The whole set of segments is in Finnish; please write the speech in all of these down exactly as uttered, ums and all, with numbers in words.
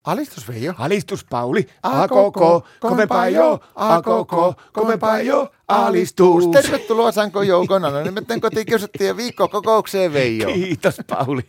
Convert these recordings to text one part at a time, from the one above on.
Alistus Veijo. Alistus Pauli, a koko, kovempaa jo, a koko, kovempaa jo, alistus. Tervetuloa Sanko Joukona, no nimittäin kotikiusattiin viikkokokoukseen Veijo. Kiitos Pauli.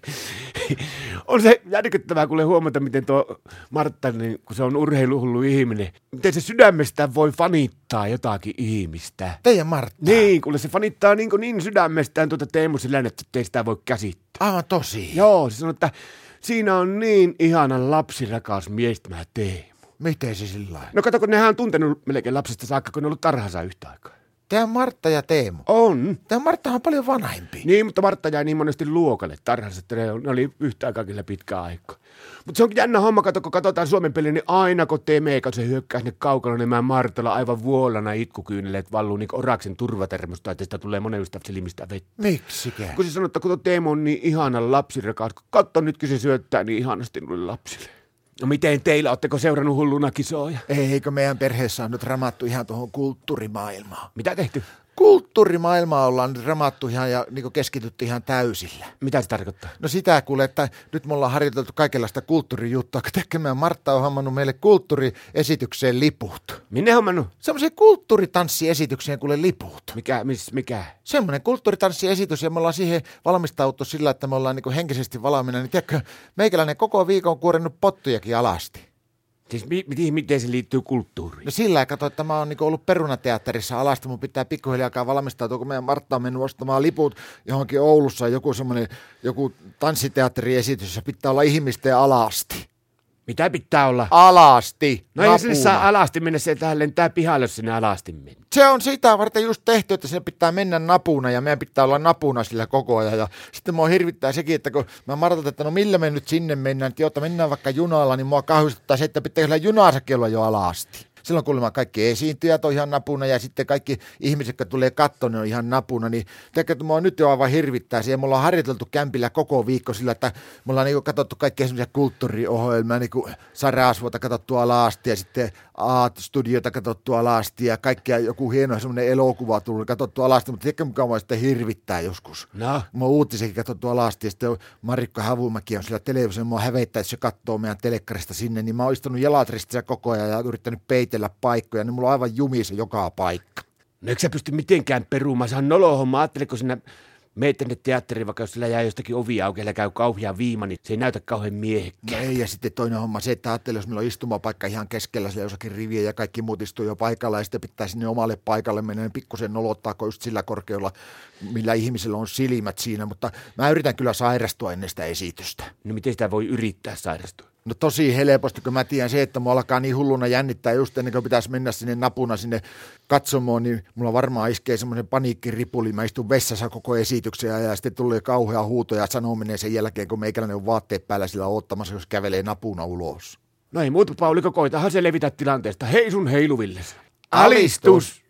On se järkyttävää kuule huomata, miten tuo Martta, niin, kun se on urheiluhullu ihminen, miten se sydämestään voi fanittaa jotakin ihmistä. Teidän Martta? Niin, kuule se fanittaa niin, niin sydämestään tuota Teemu Selänettä, että ei sitä voi käsittää. Aivan tosi. Joo, se sanoo, että siinä on niin ihana lapsirakas mies tämä Teemu. Miten se sillä lailla? No kato, kun nehän on tuntenut melkein lapsesta saakka, kun ne on ollut tarhansa yhtä aikaa. Teidän Martta ja Teemu? On. Teidän Marttahan on paljon vanhempi. Niin, mutta Martta jäi niin monesti luokalle tarhansa, että ne, ne oli yhtä aikaa kyllä pitkää aikaa. Mutta se onkin jännä homma, kato, kun katsotaan Suomen peliä, niin aina kun Teme, kun se hyökkää sinne kaukana, niin mä Martalla aivan vuolana itkukyyneleet valluu niin oraksen turvatermosta, että sitä tulee monesta silmistä vettä. Miksikään? Kun se sanoo, että kun Teemu on niin ihana lapsirakas, kun katso nyt, kun se syöttää niin ihanasti nulle lapsille. No miten teillä, ootteko seurannut hulluna kisoja? Eikö meidän perheessä on nyt ramattu ihan tuohon kulttuurimaailmaan? Mitä tehty? Kulttuurimaailmaa ollaan nyt ramattu ihan ja niin keskitytty ihan täysillä. Mitä se tarkoittaa? No sitä kuule, että nyt me ollaan harjoiteltu kaikenlaista kulttuurijuttua, kun tekemään Martta on hommannut meille kulttuuriesitykseen liput. Minne hommannut? Semmoiseen kulttuuritanssiesitykseen kuule liput. Mikä, miss, mikä? Semmoinen kulttuuritanssiesitys ja me ollaan siihen valmistauttu sillä, että me ollaan niin henkisesti valmiina. Niin tiedätkö, meikäläinen koko viikon kuorennut pottujakin alasti. Siis mi- mi- miten se liittyy kulttuuriin? No sillä kato, että mä oon niinku ollut Perunateatterissa alasta, mun pitää pikkuhiljaa alkaa valmistautua, kun meidän Martta on mennyt ostamaan liput johonkin Oulussa, joku semmoinen, joku tanssiteatteriesitys, jossa pitää olla ihmisten alasti. Mitä pitää olla? Alasti. No ei sinne saa alasti mennä, se tähän lentää pihalle, jos sinne alasti mennä. Se on sitä varten just tehty, että sinne pitää mennä napuna ja meidän pitää olla napuna sillä koko ajan. Ja sitten mua hirvittää sekin, että kun mä Martalta, että no millä me nyt sinne mennään, että jotta mennään vaikka junalla, niin mua kauhistuttaa se, että pitää kyllä junassakin olla jo alasti. Silloin kuulemma kaikki esiintyjät on ihan napuna ja sitten kaikki ihmiset, jotka tulee kattoon, ne on ihan napuna. Niin tiedätkö, että mua nyt jo aivan hirvittää siihen. Me ollaan harjoiteltu kämpillä koko viikko sillä, että me ollaan niin katsottu kaikkia semmoisia kulttuuriohjelmia, niin kuin Sarasvuota katsottu alasti ja sitten Art-studiota katsottu alasti ja kaikkia joku hieno semmoinen elokuva tullut katsottu alasti. Mutta tiedätkö, mikä mua sitten hirvittää joskus? No. Mä oon uutisenkin katsottu alasti ja sitten Marikka Havumäki on sillä televisiolla. Mua hävettää, että se katsoo meidän telekkarista sinne, niin mä oon istunut jalat ristissä koko ajan ja yrittänyt peitellä paikkoja, niin mulla on aivan jumissa joka paikka. No eikö sä pysty mitenkään perumaan? Se on nolohomma. Ajattelin, kun sinä meet tänne teatteriin, vaikka jos sillä jää jostakin ovi auki ja käy kauhean viima, niin se ei näytä kauhean miehekkään. No ei, ja sitten toinen homma se, että ajattelin, jos meillä on istumapaikka ihan keskellä, siellä jossakin riviä ja kaikki muut istuu jo paikalla ja sitten pitää sinne omalle paikalle mennä, niin pikkusen nolottaako just sillä korkeudella, millä ihmisellä on silmät siinä, mutta mä yritän kyllä sairastua ennen sitä esitystä. No miten sitä voi yrittää sairastua? No tosi helposti, kun mä tiedän se, että mua alkaa niin hulluna jännittää just ennen kuin pitäisi mennä sinne napuna sinne katsomoon, niin mulla varmaan iskee semmoinen paniikkiripuli. Mä istun vessassa koko esityksen ja sitten tulee kauhea huuto ja sanominen sen jälkeen, kun meikäläinen on vaatteet päällä sillä ottamassa, jos kävelee napuna ulos. No ei muuta, Paulikko, koitahan se levitä tilanteesta. Hei sun heiluvilles. Alistus!